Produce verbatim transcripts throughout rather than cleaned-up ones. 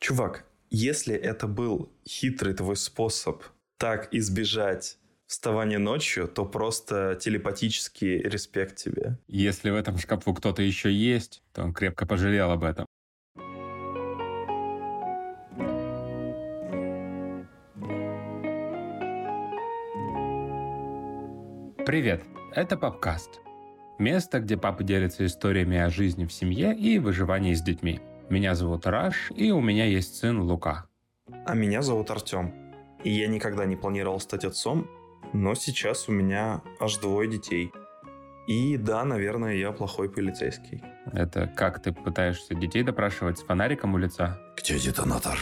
Чувак, если это был хитрый твой способ так избежать вставания ночью, то просто телепатический респект тебе. Если в этом шкафу кто-то еще есть, то он крепко пожалел об этом. Привет, это Папкаст. Место, где папа делится историями о жизни в семье и выживании с детьми. Меня зовут Раш, и у меня есть сын Лука. А меня зовут Артем. И я никогда не планировал стать отцом, но сейчас у меня аж двое детей. И да, наверное, я плохой полицейский. Это как ты пытаешься детей допрашивать с фонариком у лица? Где детонатор?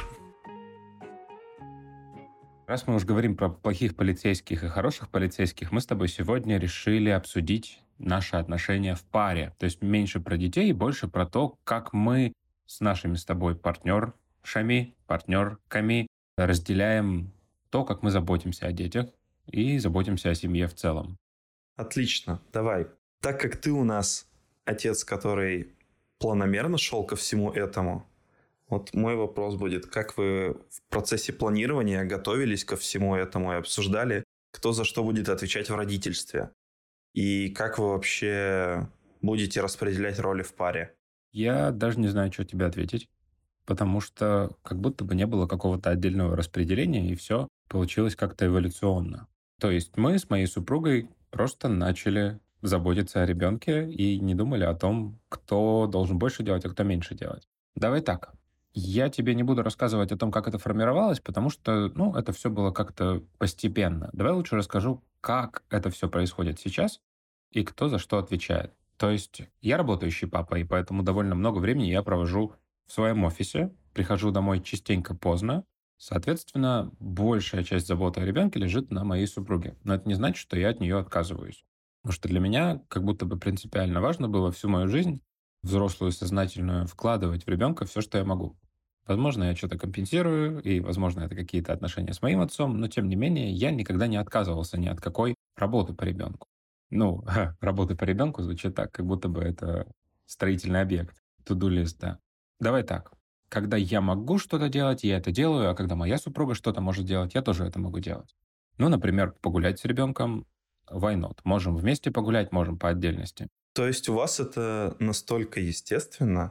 Раз мы уж говорим про плохих полицейских и хороших полицейских, мы с тобой сегодня решили обсудить наши отношения в паре. То есть меньше про детей и больше про то, как мы с нашими с тобой партнершами, партнерками разделяем то, как мы заботимся о детях и заботимся о семье в целом. Отлично, давай. Так как ты у нас отец, который планомерно шел ко всему этому, вот мой вопрос будет, как вы в процессе планирования готовились ко всему этому и обсуждали, кто за что будет отвечать в родительстве? И как вы вообще будете распределять роли в паре? Я даже не знаю, что тебе ответить, потому что как будто бы не было какого-то отдельного распределения, и все получилось как-то эволюционно. То есть мы с моей супругой просто начали заботиться о ребенке и не думали о том, кто должен больше делать, а кто меньше делать. Давай так. Я тебе не буду рассказывать о том, как это формировалось, потому что, ну, это все было как-то постепенно. Давай лучше расскажу, как это все происходит сейчас и кто за что отвечает. То есть я работающий папа, и поэтому довольно много времени я провожу в своем офисе, прихожу домой частенько поздно, соответственно, большая часть заботы о ребенке лежит на моей супруге. Но это не значит, что я от нее отказываюсь. Потому что для меня как будто бы принципиально важно было всю мою жизнь, взрослую, сознательную, вкладывать в ребенка все, что я могу. Возможно, я что-то компенсирую, и, возможно, это какие-то отношения с моим отцом, но, тем не менее, я никогда не отказывался ни от какой работы по ребенку. Ну, работы по ребенку звучит так, как будто бы это строительный объект. To-do list, да. Давай так. Когда я могу что-то делать, я это делаю, а когда моя супруга что-то может делать, я тоже это могу делать. Ну, например, погулять с ребенком, why not? Можем вместе погулять, можем по отдельности. То есть у вас это настолько естественно,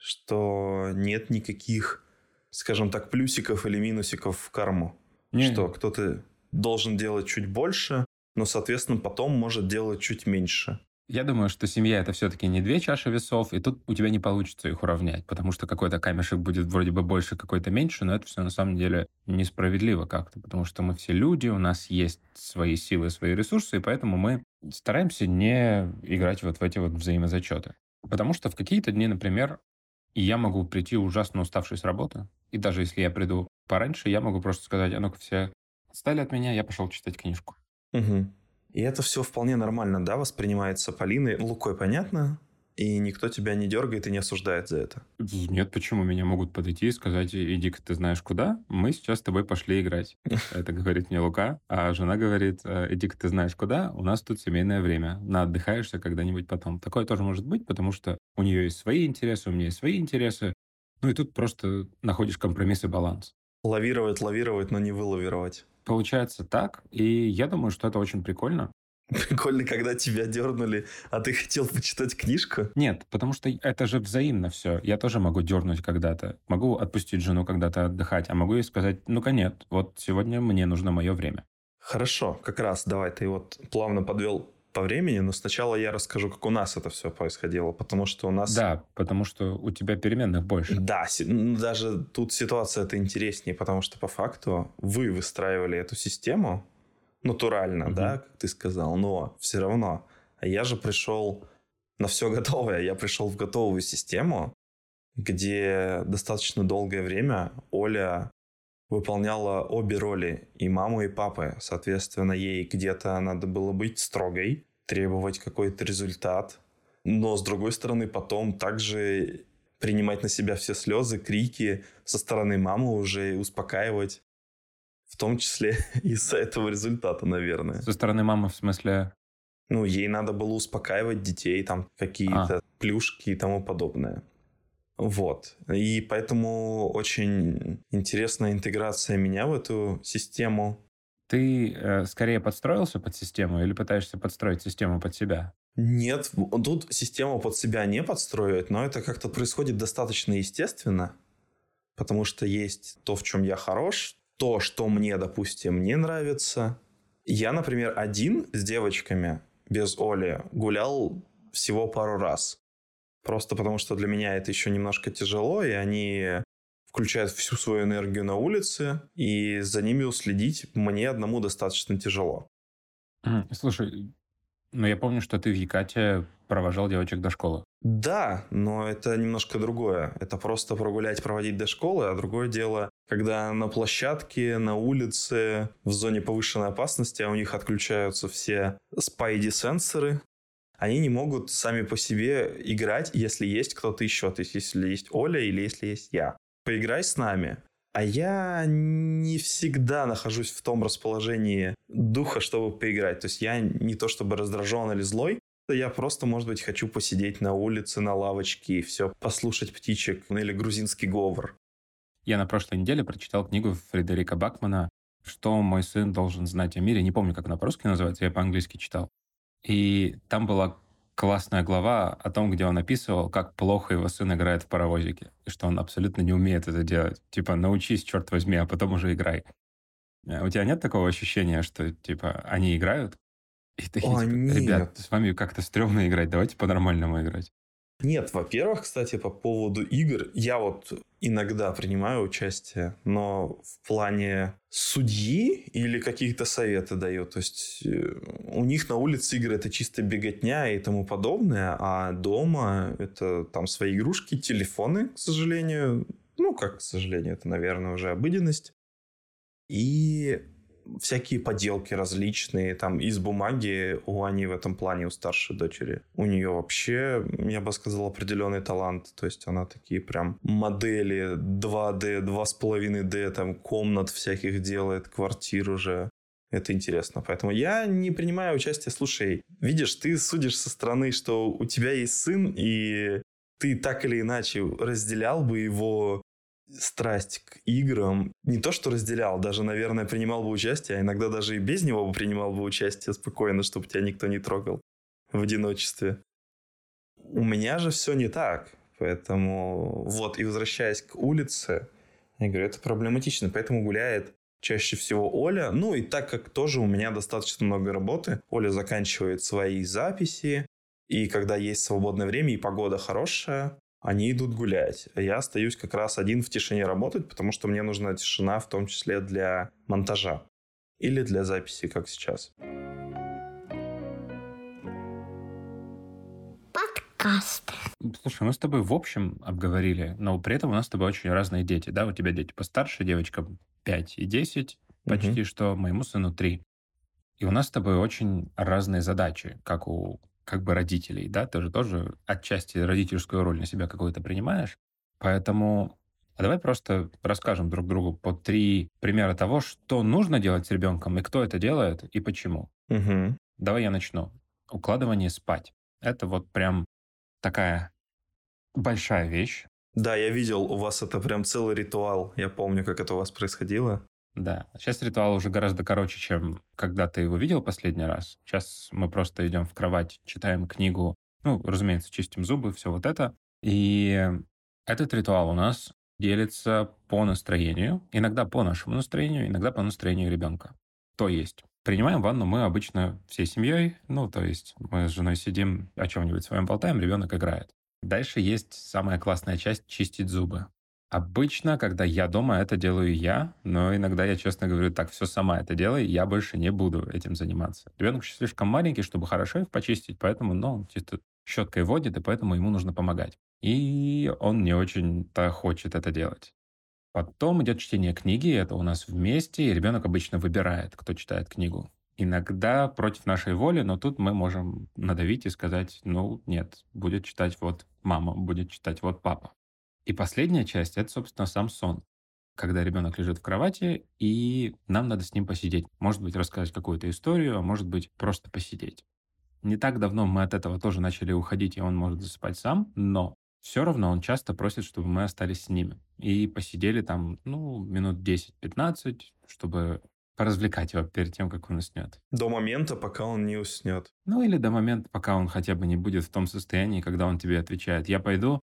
что нет никаких, скажем так, плюсиков или минусиков в карму? Не. Что кто-то должен делать чуть больше, но, соответственно, потом может делать чуть меньше. Я думаю, что семья — это все-таки не две чаши весов, и тут у тебя не получится их уравнять, потому что какой-то камешек будет вроде бы больше, какой-то меньше, но это все на самом деле несправедливо как-то, потому что мы все люди, у нас есть свои силы, свои ресурсы, и поэтому мы стараемся не играть вот в эти вот взаимозачеты. Потому что в какие-то дни, например, я могу прийти ужасно уставший с работы, и даже если я приду пораньше, я могу просто сказать: а ну-ка все отстали от меня, я пошел читать книжку. Угу. И это все вполне нормально, да, воспринимается Полиной. Лукой понятно, и никто тебя не дергает и не осуждает за это. Нет, почему? Меня могут подойти и сказать: иди-ка ты знаешь куда, мы сейчас с тобой пошли играть. Это говорит мне Лука, а жена говорит: иди-ка ты знаешь куда, у нас тут семейное время, наотдыхаешься когда-нибудь потом. Такое тоже может быть, потому что у нее есть свои интересы, у меня есть свои интересы. Ну и тут просто находишь компромисс и баланс. Лавировать, лавировать, но не вылавировать. Получается так, и я думаю, что это очень прикольно. Прикольно, когда тебя дернули, а ты хотел почитать книжку? Нет, потому что это же взаимно все. Я тоже могу дернуть когда-то. Могу отпустить жену когда-то отдыхать, а могу ей сказать: ну-ка нет, вот сегодня мне нужно мое время. Хорошо, как раз давай, ты вот плавно подвел по времени, но сначала я расскажу, как у нас это все происходило, потому что у нас... Да, потому что у тебя переменных больше. Да, даже тут ситуация это интереснее, потому что по факту вы выстраивали эту систему натурально, угу. Да, как ты сказал, но все равно. А я же пришел на все готовое, я пришел в готовую систему, где достаточно долгое время Оля выполняла обе роли, и маму, и папы. Соответственно, ей где-то надо было быть строгой, требовать какой-то результат. Но, с другой стороны, потом также принимать на себя все слезы, крики со стороны мамы уже, успокаивать. В том числе из-за этого результата, наверное. Со стороны мамы, в смысле? Ну, ей надо было успокаивать детей, там какие-то а. плюшки и тому подобное. Вот. И поэтому очень интересная интеграция меня в эту систему. Ты э, скорее подстроился под систему или пытаешься подстроить систему под себя? Нет, в- тут систему под себя не подстроить, но это как-то происходит достаточно естественно, потому что есть то, в чем я хорош, то, что мне, допустим, не нравится. Я, например, один с девочками без Оли гулял всего пару раз. Просто потому что для меня это еще немножко тяжело, и они включают всю свою энергию на улице, и за ними уследить мне одному достаточно тяжело. Мгм. Слушай, ну я помню, что ты в Якате провожал девочек до школы. Да, но это немножко другое. Это просто прогулять, проводить до школы, а другое дело, когда на площадке, на улице, в зоне повышенной опасности, а у них отключаются все спайди-сенсоры, они не могут сами по себе играть, если есть кто-то еще. То есть, если есть Оля или если есть я. Поиграй с нами. А я не всегда нахожусь в том расположении духа, чтобы поиграть. То есть, я не то чтобы раздражен или злой. Я просто, может быть, хочу посидеть на улице, на лавочке и все, послушать птичек или грузинский говор. Я на прошлой неделе прочитал книгу Фредерика Бакмана «Что мой сын должен знать о мире». Не помню, как она по-русски называется, я по-английски читал. И там была классная глава о том, где он описывал, как плохо его сын играет в паровозике, и что он абсолютно не умеет это делать. Типа, научись, черт возьми, а потом уже играй. Э, У тебя нет такого ощущения, что, типа, они играют, и ты О, типа, ребят, нет. с вами как-то стрёмно играть, давайте по-нормальному играть. Нет, во-первых, кстати, по поводу игр, я вот иногда принимаю участие, но в плане судьи или каких-то советы даю. То есть э, у них на улице игры это чисто беготня и тому подобное, а дома это там свои игрушки, телефоны, к сожалению. Ну, как, к сожалению, это, наверное, уже обыденность. И всякие поделки различные, там, из бумаги у Ани в этом плане, у старшей дочери. У нее вообще, я бы сказал, определенный талант. То есть она такие прям модели два дэ, два с половиной дэ, там, комнат всяких делает, квартир уже. Это интересно. Поэтому я не принимаю участие. Слушай, видишь, ты судишь со стороны, что у тебя есть сын, и ты так или иначе разделял бы его страсть к играм. Не то, что разделял, даже, наверное, принимал бы участие, а иногда даже и без него бы принимал бы участие спокойно, чтобы тебя никто не трогал в одиночестве. У меня же все не так. Поэтому вот, и возвращаясь к улице, я говорю, это проблематично. Поэтому гуляет чаще всего Оля. Ну и так как тоже у меня достаточно много работы, Оля заканчивает свои записи, и когда есть свободное время и погода хорошая, они идут гулять. А я остаюсь как раз один в тишине работать, потому что мне нужна тишина, в том числе для монтажа. Или для записи, как сейчас. Подкаст. Слушай, мы с тобой в общем обговорили, но при этом у нас с тобой очень разные дети, да? У тебя дети постарше, девочкам пять и десять, почти Мгм. что, моему сыну три. И у нас с тобой очень разные задачи, как у как бы родителей, да? Ты же тоже отчасти родительскую роль на себя какую-то принимаешь. Поэтому а давай просто расскажем друг другу по три примера того, что нужно делать с ребенком, и кто это делает, и почему. Мгм. Давай я начну. Укладывание спать. Это вот прям такая большая вещь. Да, я видел, у вас это прям целый ритуал. Я помню, как это у вас происходило. Да. Сейчас ритуал уже гораздо короче, чем когда ты его видел последний раз. Сейчас мы просто идем в кровать, читаем книгу, ну, разумеется, чистим зубы, все вот это. И этот ритуал у нас делится по настроению, иногда по нашему настроению, иногда по настроению ребенка. То есть принимаем ванну мы обычно всей семьей, ну, то есть мы с женой сидим, о чем-нибудь своем болтаем, ребенок играет. Дальше есть самая классная часть — чистить зубы. Обычно, когда я дома, это делаю я, но иногда я честно говорю, так, все сама это делай, я больше не буду этим заниматься. Ребенок еще слишком маленький, чтобы хорошо их почистить, поэтому, ну, он чисто щеткой водит, и поэтому ему нужно помогать. И он не очень-то хочет это делать. Потом идет чтение книги, это у нас вместе, и ребенок обычно выбирает, кто читает книгу. Иногда против нашей воли, но тут мы можем надавить и сказать, ну, нет, будет читать вот мама, будет читать вот папа. И последняя часть — это, собственно, сам сон. Когда ребенок лежит в кровати, и нам надо с ним посидеть. Может быть, рассказать какую-то историю, а может быть, просто посидеть. Не так давно мы от этого тоже начали уходить, и он может засыпать сам, но все равно он часто просит, чтобы мы остались с ними. И посидели там, ну, минут десять-пятнадцать, чтобы поразвлекать его перед тем, как он уснет. До момента, пока он не уснет. Ну, или до момента, пока он хотя бы не будет в том состоянии, когда он тебе отвечает: «Я пойду».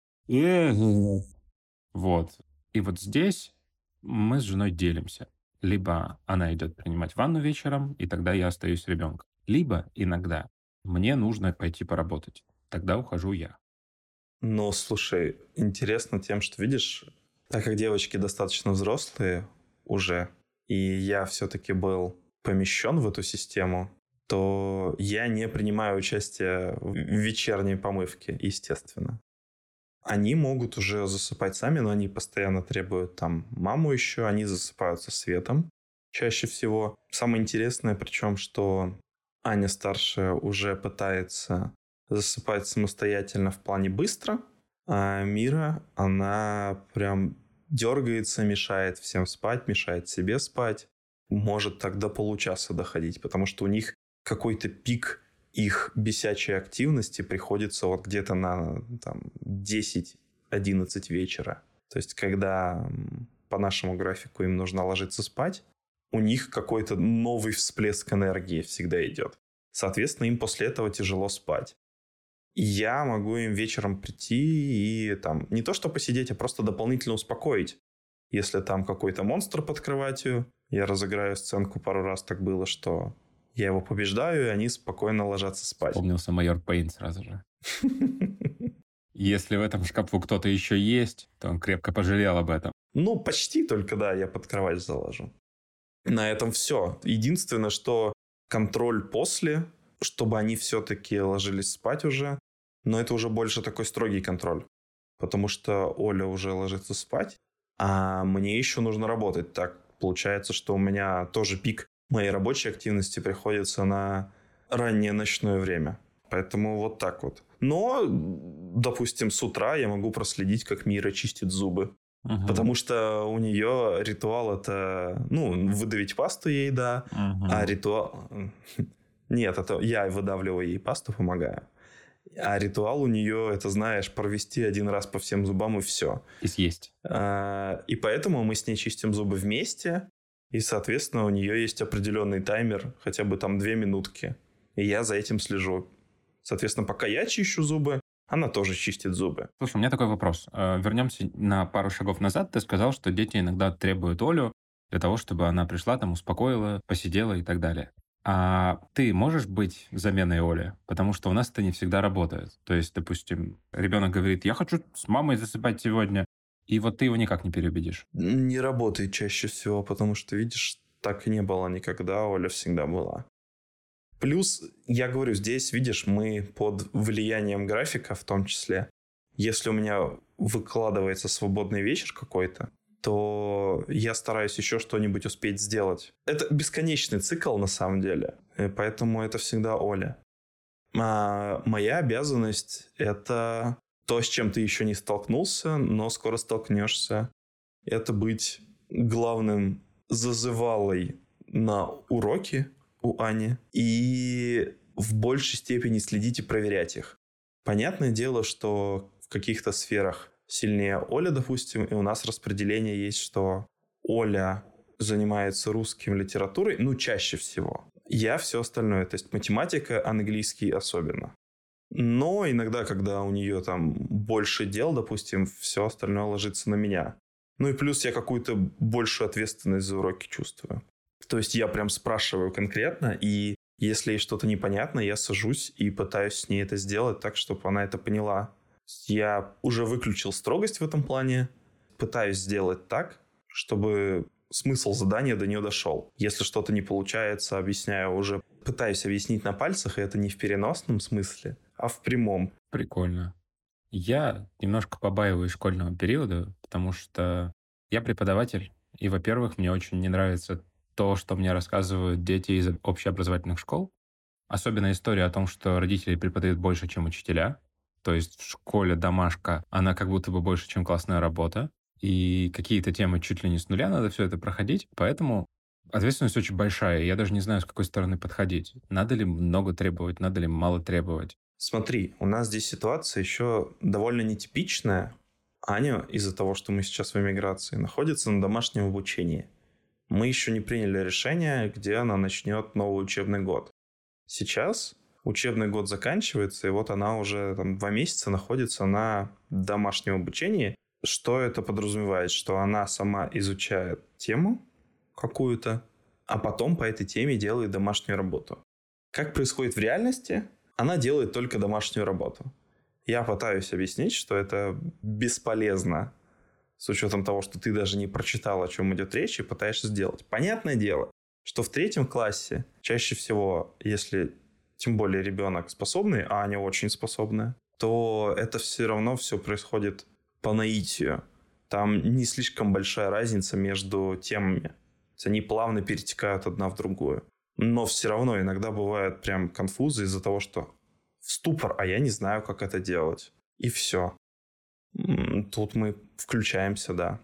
Вот. И вот здесь мы с женой делимся. Либо она идет принимать ванну вечером, и тогда я остаюсь с ребенком. Либо иногда мне нужно пойти поработать. Тогда ухожу я. Но, слушай, интересно тем, что, видишь, так как девочки достаточно взрослые уже, и я все-таки был помещен в эту систему, то я не принимаю участие в вечерней помывке, естественно. Они могут уже засыпать сами, но они постоянно требуют там маму еще, они засыпают со светом чаще всего. Самое интересное, причем, что Аня старшая уже пытается засыпать самостоятельно в плане быстро, а Мира, она прям дергается, мешает всем спать, мешает себе спать. Может так до получаса доходить, потому что у них какой-то пик их бесячей активности приходится вот где-то на там, десять-одиннадцать вечера. То есть, когда по нашему графику им нужно ложиться спать, у них какой-то новый всплеск энергии всегда идет. Соответственно, им после этого тяжело спать. И я могу им вечером прийти и там не то что посидеть, а просто дополнительно успокоить. Если там какой-то монстр под кроватью, я разыграю сценку, пару раз так было, что я его побеждаю, и они спокойно ложатся спать. Вспомнился майор Пейн сразу же. Если в этом шкафу кто-то еще есть, то он крепко пожалел об этом. Ну, почти только, да, я под кровать заложу. На этом все. Единственное, что контроль после, чтобы они все-таки ложились спать уже, но это уже больше такой строгий контроль. Потому что Оля уже ложится спать, а мне еще нужно работать. Так получается, что у меня тоже пик моей рабочей активности приходится на раннее ночное время. Поэтому вот так вот. Но, допустим, с утра я могу проследить, как Мира чистит зубы. Угу. Потому что у нее ритуал это, ну, выдавить пасту ей, да, угу. А ритуал... Нет, это я выдавливаю ей пасту, помогаю. А ритуал у нее, это, знаешь, провести один раз по всем зубам и все. И съесть. И поэтому мы с ней чистим зубы вместе. И, соответственно, у нее есть определенный таймер, хотя бы там две минутки. И я за этим слежу. Соответственно, пока я чищу зубы, она тоже чистит зубы. Слушай, у меня такой вопрос. Вернемся на пару шагов назад. Ты сказал, что дети иногда требуют Олю для того, чтобы она пришла, там, успокоила, посидела и так далее. А ты можешь быть заменой Оли? Потому что у нас это не всегда работает. То есть, допустим, ребенок говорит: я хочу с мамой засыпать сегодня. И вот ты его никак не переубедишь. Не работает чаще всего, потому что, видишь, так и не было никогда, Оля всегда была. Плюс, я говорю, здесь, видишь, мы под влиянием графика в том числе. Если у меня выкладывается свободный вечер какой-то, то я стараюсь еще что-нибудь успеть сделать. Это бесконечный цикл на самом деле, и поэтому это всегда Оля. А моя обязанность — это то, с чем ты еще не столкнулся, но скоро столкнешься. Это быть главным зазывалой на уроки у Ани и в большей степени следить и проверять их. Понятное дело, что в каких-то сферах сильнее Оля, допустим, и у нас распределение есть, что Оля занимается русским, литературой, ну, чаще всего. Я все остальное, то есть математика, английский особенно. Но иногда, когда у нее там больше дел, допустим, все остальное ложится на меня. Ну и плюс я какую-то большую ответственность за уроки чувствую. То есть я прям спрашиваю конкретно, и если ей что-то непонятно, я сажусь и пытаюсь с ней это сделать так, чтобы она это поняла. Я уже выключил строгость в этом плане, пытаюсь сделать так, чтобы смысл задания до нее дошел. Если что-то не получается, объясняю уже, пытаюсь объяснить на пальцах, и это не в переносном смысле, а в прямом. Прикольно. Я немножко побаиваюсь школьного периода, потому что я преподаватель, и, во-первых, мне очень не нравится то, что мне рассказывают дети из общеобразовательных школ. Особенно история о том, что родители преподают больше, чем учителя. То есть в школе домашка, она как будто бы больше, чем классная работа. И какие-то темы чуть ли не с нуля надо все это проходить. Поэтому ответственность очень большая. Я даже не знаю, с какой стороны подходить. Надо ли много требовать, надо ли мало требовать. Смотри, у нас здесь ситуация еще довольно нетипичная. Аня, из-за того, что мы сейчас в эмиграции, находится на домашнем обучении. Мы еще не приняли решение, где она начнет новый учебный год. Сейчас учебный год заканчивается, и вот она уже там, два месяца находится на домашнем обучении. Что это подразумевает? Что она сама изучает тему какую-то, а потом по этой теме делает домашнюю работу. Как происходит в реальности? Она делает только домашнюю работу. Я пытаюсь объяснить, что это бесполезно, с учетом того, что ты даже не прочитал, о чем идет речь, и пытаешься сделать. Понятное дело, что в третьем классе чаще всего, если тем более ребенок способный, а Аня очень способная, то это все равно все происходит по наитию. Там не слишком большая разница между темами. Они плавно перетекают одна в другую. Но все равно иногда бывают прям конфузы из-за того, что в ступор, а я не знаю, как это делать. И все. Тут мы включаемся, да.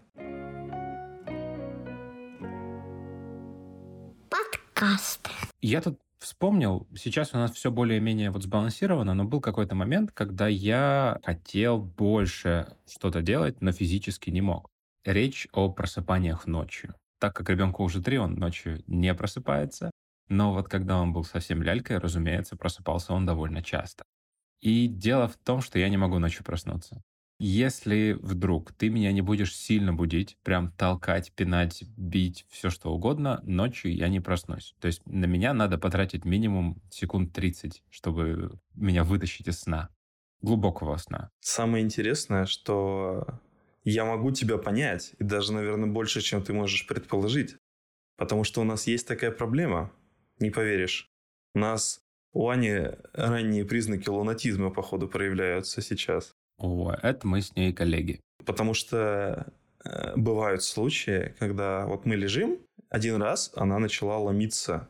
Подкаст. Я тут вспомнил, сейчас у нас все более-менее вот сбалансировано, но был какой-то момент, когда я хотел больше что-то делать, но физически не мог. Речь о просыпаниях ночью. Так как ребенку уже три, он ночью не просыпается. Но вот когда он был совсем лялькой, разумеется, просыпался он довольно часто. И дело в том, что я не могу ночью проснуться. Если вдруг ты меня не будешь сильно будить, прям толкать, пинать, бить, все что угодно, ночью я не проснусь. То есть на меня надо потратить минимум секунд тридцать, чтобы меня вытащить из сна. Глубокого сна. Самое интересное, что я могу тебя понять, и даже, наверное, больше, чем ты можешь предположить. Потому что у нас есть такая проблема. Не поверишь. У нас у Ани ранние признаки лунатизма, походу, проявляются сейчас. О, это мы с ней коллеги. Потому что э, бывают случаи, когда вот мы лежим, один раз она начала ломиться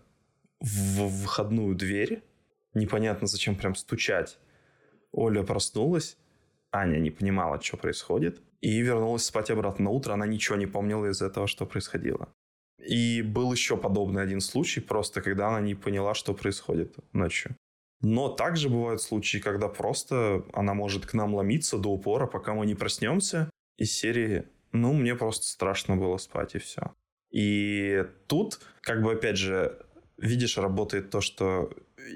в входную дверь. Непонятно, зачем прям стучать. Оля проснулась. Аня не понимала, что происходит. И вернулась спать обратно. На утро она ничего не помнила из этого, что происходило. И был еще подобный один случай, просто когда она не поняла, что происходит ночью. Но также бывают случаи, когда просто она может к нам ломиться до упора, пока мы не проснемся. Из серии «ну, мне просто страшно было спать, и все». И тут, как бы, опять же, видишь, работает то, что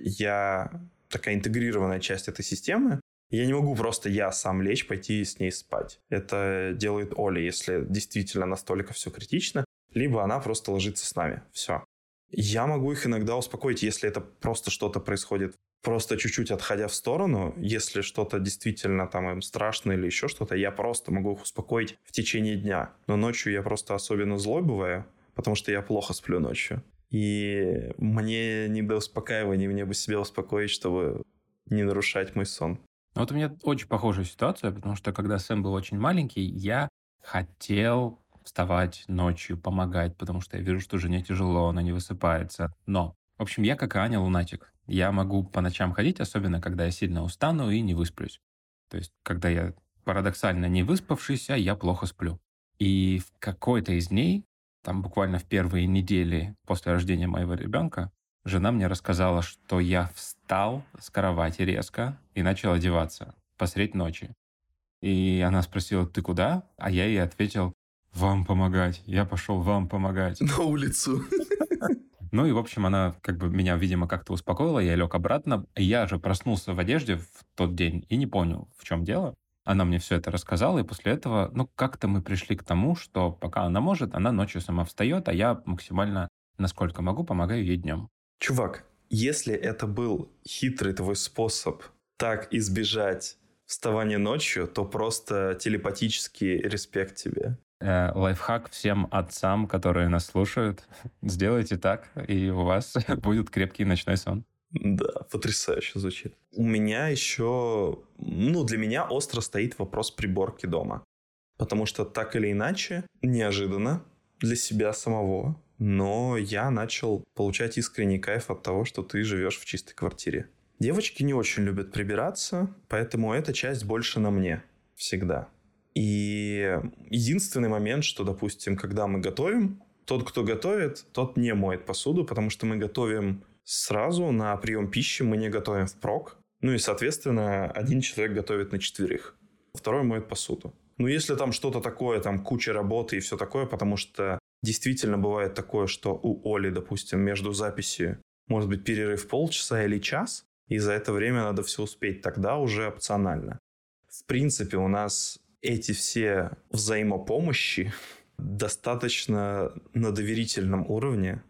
я такая интегрированная часть этой системы. Я не могу просто я сам лечь, пойти с ней спать. Это делает Оля, если действительно настолько все критично. Либо она просто ложится с нами. Все. Я могу их иногда успокоить, если это просто что-то происходит, просто чуть-чуть отходя в сторону. Если что-то действительно там им страшно или еще что-то, я просто могу их успокоить в течение дня. Но ночью я просто особенно злой бываю, потому что я плохо сплю ночью. И мне не до успокаивания, мне бы себя успокоить, чтобы не нарушать мой сон. Вот у меня очень похожая ситуация, потому что когда Сэм был очень маленький, я хотел вставать ночью, помогать, потому что я вижу, что жене тяжело, она не высыпается. Но, в общем, я, как и Аня, лунатик. Я могу по ночам ходить, особенно когда я сильно устану и не высплюсь. То есть, когда я парадоксально не выспавшийся, я плохо сплю. И в какой-то из дней, там буквально в первые недели после рождения моего ребенка, жена мне рассказала, что я встал с кровати резко и начал одеваться посредь ночи. И она спросила: «Ты куда?» А я ей ответил: «Вам помогать». Я пошел вам помогать. На улицу. Ну и, в общем, она как бы меня, видимо, как-то успокоила. Я лег обратно. Я же проснулся в одежде в тот день и не понял, в чем дело. Она мне все это рассказала, и после этого, ну, как-то мы пришли к тому, что пока она может, она ночью сама встает, а я максимально, насколько могу, помогаю ей днем. Чувак, если это был хитрый твой способ так избежать вставания ночью, то просто телепатический респект тебе. Э, лайфхак всем отцам, которые нас слушают. Сделайте так, и у вас будет крепкий ночной сон. Да, потрясающе звучит. У меня еще... Ну, для меня остро стоит вопрос приборки дома. Потому что так или иначе, неожиданно для себя самого, но я начал получать искренний кайф от того, что ты живешь в чистой квартире. Девочки не очень любят прибираться, поэтому эта часть больше на мне всегда. И единственный момент, что, допустим, когда мы готовим, тот, кто готовит, тот не моет посуду, потому что мы готовим сразу на прием пищи, мы не готовим впрок. Ну и, соответственно, один человек готовит на четверых, второй моет посуду. Ну, если там что-то такое, там куча работы и все такое, потому что действительно бывает такое, что у Оли, допустим, между записью может быть перерыв полчаса или час, и за это время надо все успеть, тогда уже опционально. В принципе, у нас эти все взаимопомощи достаточно на доверительном уровне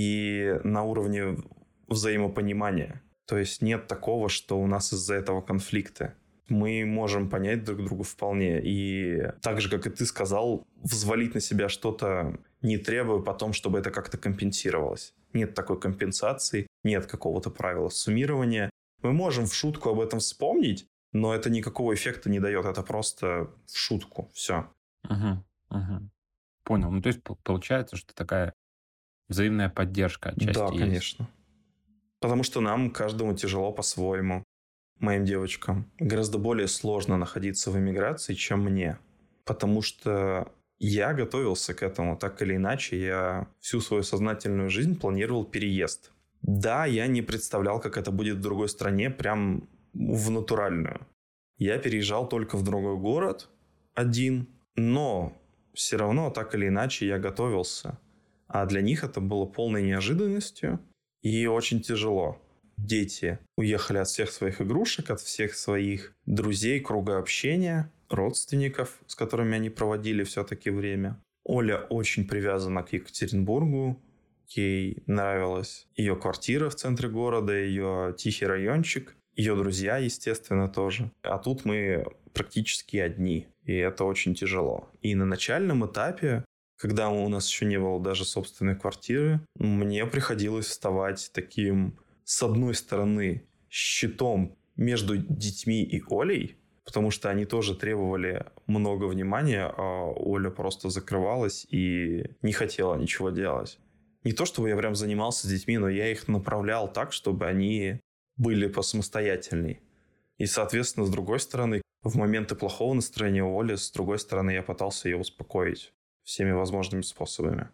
и на уровне взаимопонимания. То есть нет такого, что у нас из-за этого конфликты. Мы можем понять друг друга вполне. И так же, как и ты сказал, взвалить на себя что-то, не требуя потом, чтобы это как-то компенсировалось. Нет такой компенсации, нет какого-то правила суммирования. Мы можем в шутку об этом вспомнить, но это никакого эффекта не дает. Это просто в шутку. Все. Угу, угу. Понял. Ну, то есть получается, что такая взаимная поддержка отчасти Да, есть. конечно. Потому что нам, каждому тяжело по-своему. Моим девочкам гораздо более сложно находиться в эмиграции, чем мне. Потому что я готовился к этому так или иначе. Я всю свою сознательную жизнь планировал переезд. Да, я не представлял, как это будет в другой стране, прям в натуральную. Я переезжал только в другой город один, но все равно так или иначе я готовился. А для них это было полной неожиданностью и очень тяжело. Дети уехали от всех своих игрушек, от всех своих друзей, круга общения, родственников, с которыми они проводили все-таки время. Оля очень привязана к Екатеринбургу. Ей нравилась ее квартира в центре города, ее тихий райончик, ее друзья, естественно, тоже. А тут мы практически одни, и это очень тяжело. И на начальном этапе, когда у нас еще не было даже собственной квартиры, мне приходилось вставать таким, с одной стороны, щитом между детьми и Олей, потому что они тоже требовали много внимания, а Оля просто закрывалась и не хотела ничего делать. Не то, чтобы я прям занимался с детьми, но я их направлял так, чтобы они были посамостоятельней. И, соответственно, с другой стороны, в моменты плохого настроения у Оли, с другой стороны, я пытался ее успокоить всеми возможными способами.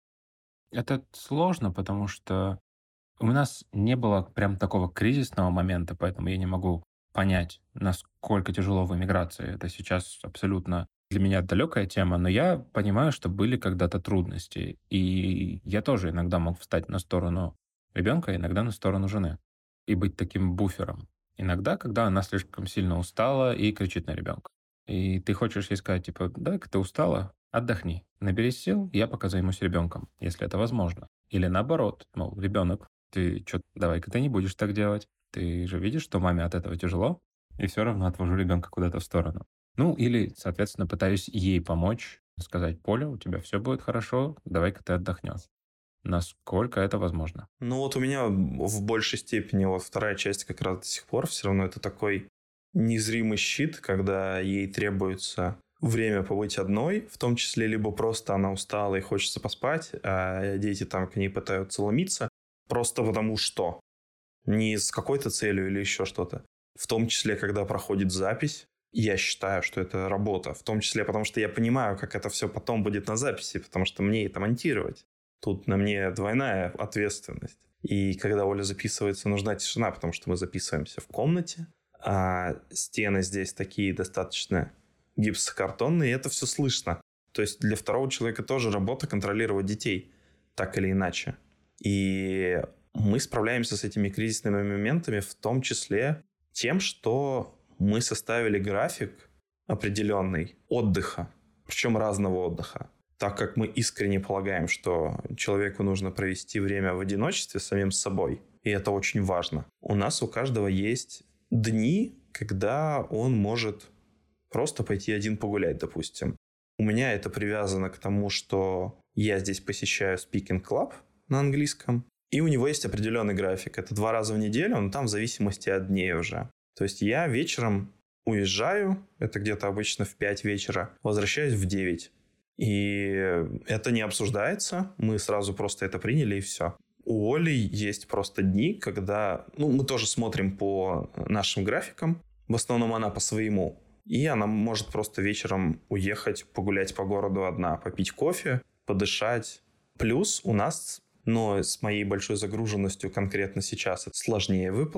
Это сложно, потому что у нас не было прям такого кризисного момента, поэтому я не могу понять, насколько тяжело в эмиграции. Это сейчас абсолютно для меня далекая тема, но я понимаю, что были когда-то трудности. И я тоже иногда мог встать на сторону ребенка, иногда на сторону жены. И быть таким буфером. Иногда, когда она слишком сильно устала и кричит на ребенка. И ты хочешь ей сказать, типа, да-ка ты устала, отдохни. Наберись сил, я пока займусь ребенком, если это возможно. Или наоборот, мол, ребенок, ты что, давай-ка ты не будешь так делать. Ты же видишь, что маме от этого тяжело, и все равно отвожу ребенка куда-то в сторону. Ну, или, соответственно, пытаюсь ей помочь, сказать, Поля, у тебя все будет хорошо, давай-ка ты отдохнешь. Насколько это возможно? Ну вот у меня в большей степени вот вторая часть как раз до сих пор все равно это такой незримый щит, когда ей требуется время побыть одной, в том числе либо просто она устала и хочется поспать, а дети там к ней пытаются ломиться, просто потому что. Не с какой-то целью или еще что-то. В том числе, когда проходит запись, я считаю, что это работа. В том числе, потому что я понимаю, как это все потом будет на записи, потому что мне это монтировать. Тут на мне двойная ответственность. И когда Оля записывается, нужна тишина, потому что мы записываемся в комнате, а стены здесь такие достаточно гипсокартонные, и это все слышно. То есть для второго человека тоже работа контролировать детей, так или иначе. И мы справляемся с этими кризисными моментами, в том числе тем, что мы составили график определенный отдыха, причем разного отдыха. Так как мы искренне полагаем, что человеку нужно провести время в одиночестве с самим собой, и это очень важно. У нас у каждого есть дни, когда он может просто пойти один погулять, допустим. У меня это привязано к тому, что я здесь посещаю Speaking Club на английском, и у него есть определенный график. Это два раза в неделю, но там в зависимости от дней уже. То есть я вечером уезжаю, это где-то обычно в пять вечера, возвращаюсь в девять. И это не обсуждается, мы сразу просто это приняли и все. У Оли есть просто дни, когда... Ну, мы тоже смотрим по нашим графикам, в основном она по своему. И она может просто вечером уехать, погулять по городу одна, попить кофе, подышать. Плюс у нас... Но с моей большой загруженностью конкретно сейчас это сложнее выполнить.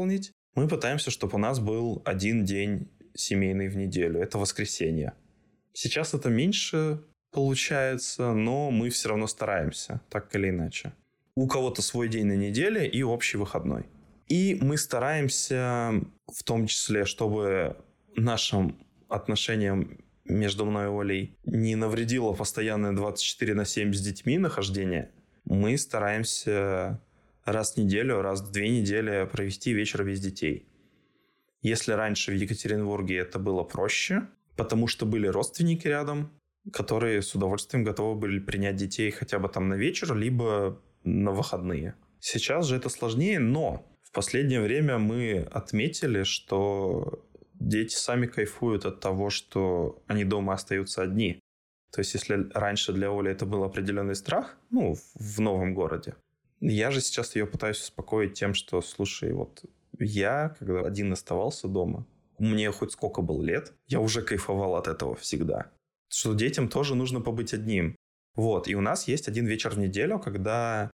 Мы пытаемся, чтобы у нас был один день семейный в неделю. Это воскресенье. Сейчас это меньше получается, но мы все равно стараемся, так или иначе. У кого-то свой день на неделе и общий выходной. И мы стараемся в том числе, чтобы нашим отношениям между мной и Олей не навредило постоянное двадцать четыре на семь с детьми нахождение. Мы стараемся раз в неделю, раз в две недели провести вечер без детей. Если раньше в Екатеринбурге это было проще, потому что были родственники рядом, которые с удовольствием готовы были принять детей хотя бы там на вечер, либо на выходные. Сейчас же это сложнее, но в последнее время мы отметили, что дети сами кайфуют от того, что они дома остаются одни. То есть, если раньше для Оли это был определенный страх, ну, в новом городе, я же сейчас ее пытаюсь успокоить тем, что, слушай, вот я, когда один оставался дома, мне хоть сколько было лет, я уже кайфовал от этого всегда. Что детям тоже нужно побыть одним. Вот, и у нас есть один вечер в неделю, когда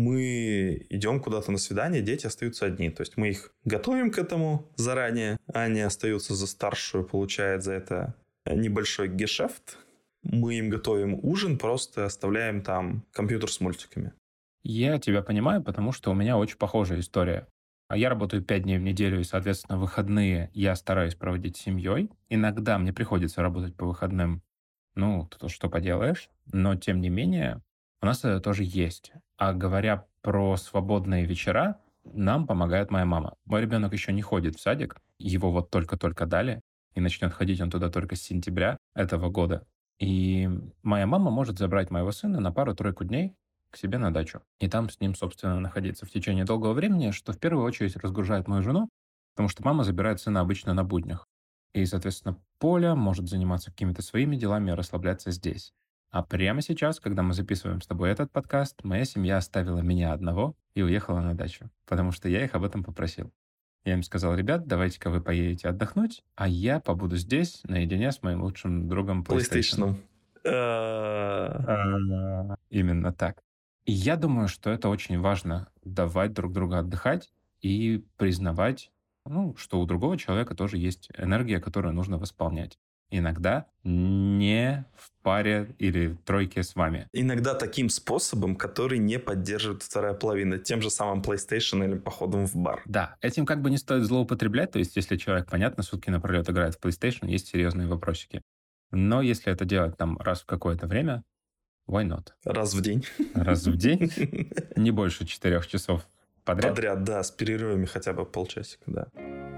мы идем куда-то на свидание, дети остаются одни. То есть мы их готовим к этому заранее, они остаются за старшую, получает за это небольшой гешефт. Мы им готовим ужин, просто оставляем там компьютер с мультиками. Я тебя понимаю, потому что у меня очень похожая история. А я работаю пять дней в неделю, и, соответственно, выходные я стараюсь проводить с семьей. Иногда мне приходится работать по выходным. Ну, то, что поделаешь. Но, тем не менее, у нас это тоже есть. А говоря про свободные вечера, нам помогает моя мама. Мой ребенок еще не ходит в садик. Его вот только-только дали. И начнет ходить он туда только с сентября этого года. И моя мама может забрать моего сына на пару-тройку дней к себе на дачу. И там с ним, собственно, находиться в течение долгого времени, что в первую очередь разгружает мою жену, потому что мама забирает сына обычно на буднях. И, соответственно, Поля может заниматься какими-то своими делами и расслабляться здесь. А прямо сейчас, когда мы записываем с тобой этот подкаст, моя семья оставила меня одного и уехала на дачу, потому что я их об этом попросил. Я им сказал: ребят, давайте-ка вы поедете отдохнуть, а я побуду здесь наедине с моим лучшим другом PlayStation. Именно так. И я думаю, что это очень важно — давать друг другу отдыхать и признавать, ну, что у другого человека тоже есть энергия, которую нужно восполнять. Иногда не в паре или в тройке с вами. Иногда таким способом, который не поддерживает вторая половина, тем же самым PlayStation или походом в бар. Да, этим как бы не стоит злоупотреблять, то есть если человек, понятно, сутки напролет играет в PlayStation, есть серьезные вопросики. Но если это делать там раз в какое-то время, why not? Раз в день. Раз в день? Не больше четырех часов подряд? Подряд, да, с перерывами хотя бы полчасика, да.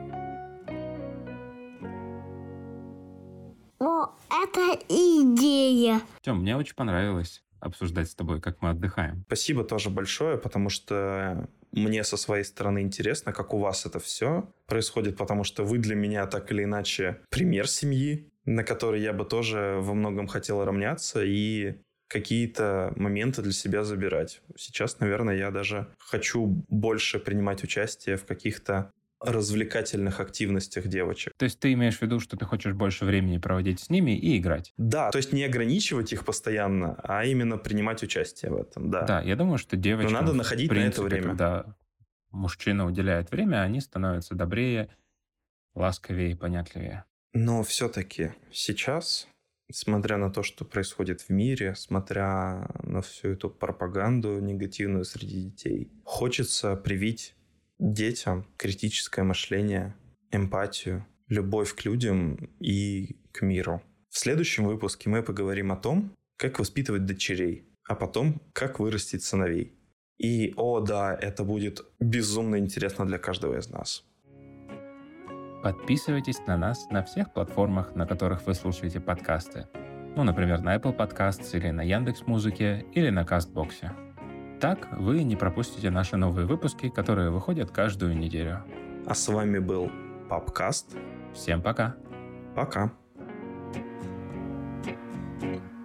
О, это идея. Тём, мне очень понравилось обсуждать с тобой, как мы отдыхаем. Спасибо тоже большое, потому что мне со своей стороны интересно, как у вас это все происходит, потому что вы для меня так или иначе пример семьи, на который я бы тоже во многом хотел равняться и какие-то моменты для себя забирать. Сейчас, наверное, я даже хочу больше принимать участие в каких-то развлекательных активностях девочек. То есть ты имеешь в виду, что ты хочешь больше времени проводить с ними и играть? Да, то есть не ограничивать их постоянно, а именно принимать участие в этом, да. Да, я думаю, что девочкам, но надо находить в принципе, на это время. Когда мужчина уделяет время, они становятся добрее, ласковее и понятливее. Но все-таки сейчас, смотря на то, что происходит в мире, смотря на всю эту пропаганду негативную среди детей, хочется привить детям критическое мышление, эмпатию, любовь к людям и к миру. В следующем выпуске мы поговорим о том, как воспитывать дочерей, а потом, как вырастить сыновей. И, о да, это будет безумно интересно для каждого из нас. Подписывайтесь на нас на всех платформах, на которых вы слушаете подкасты. Ну, например, на Apple Podcasts или на Яндекс.Музыке или на Кастбоксе. Так вы не пропустите наши новые выпуски, которые выходят каждую неделю. А с вами был Папкаст. Всем пока. Пока. Thank you.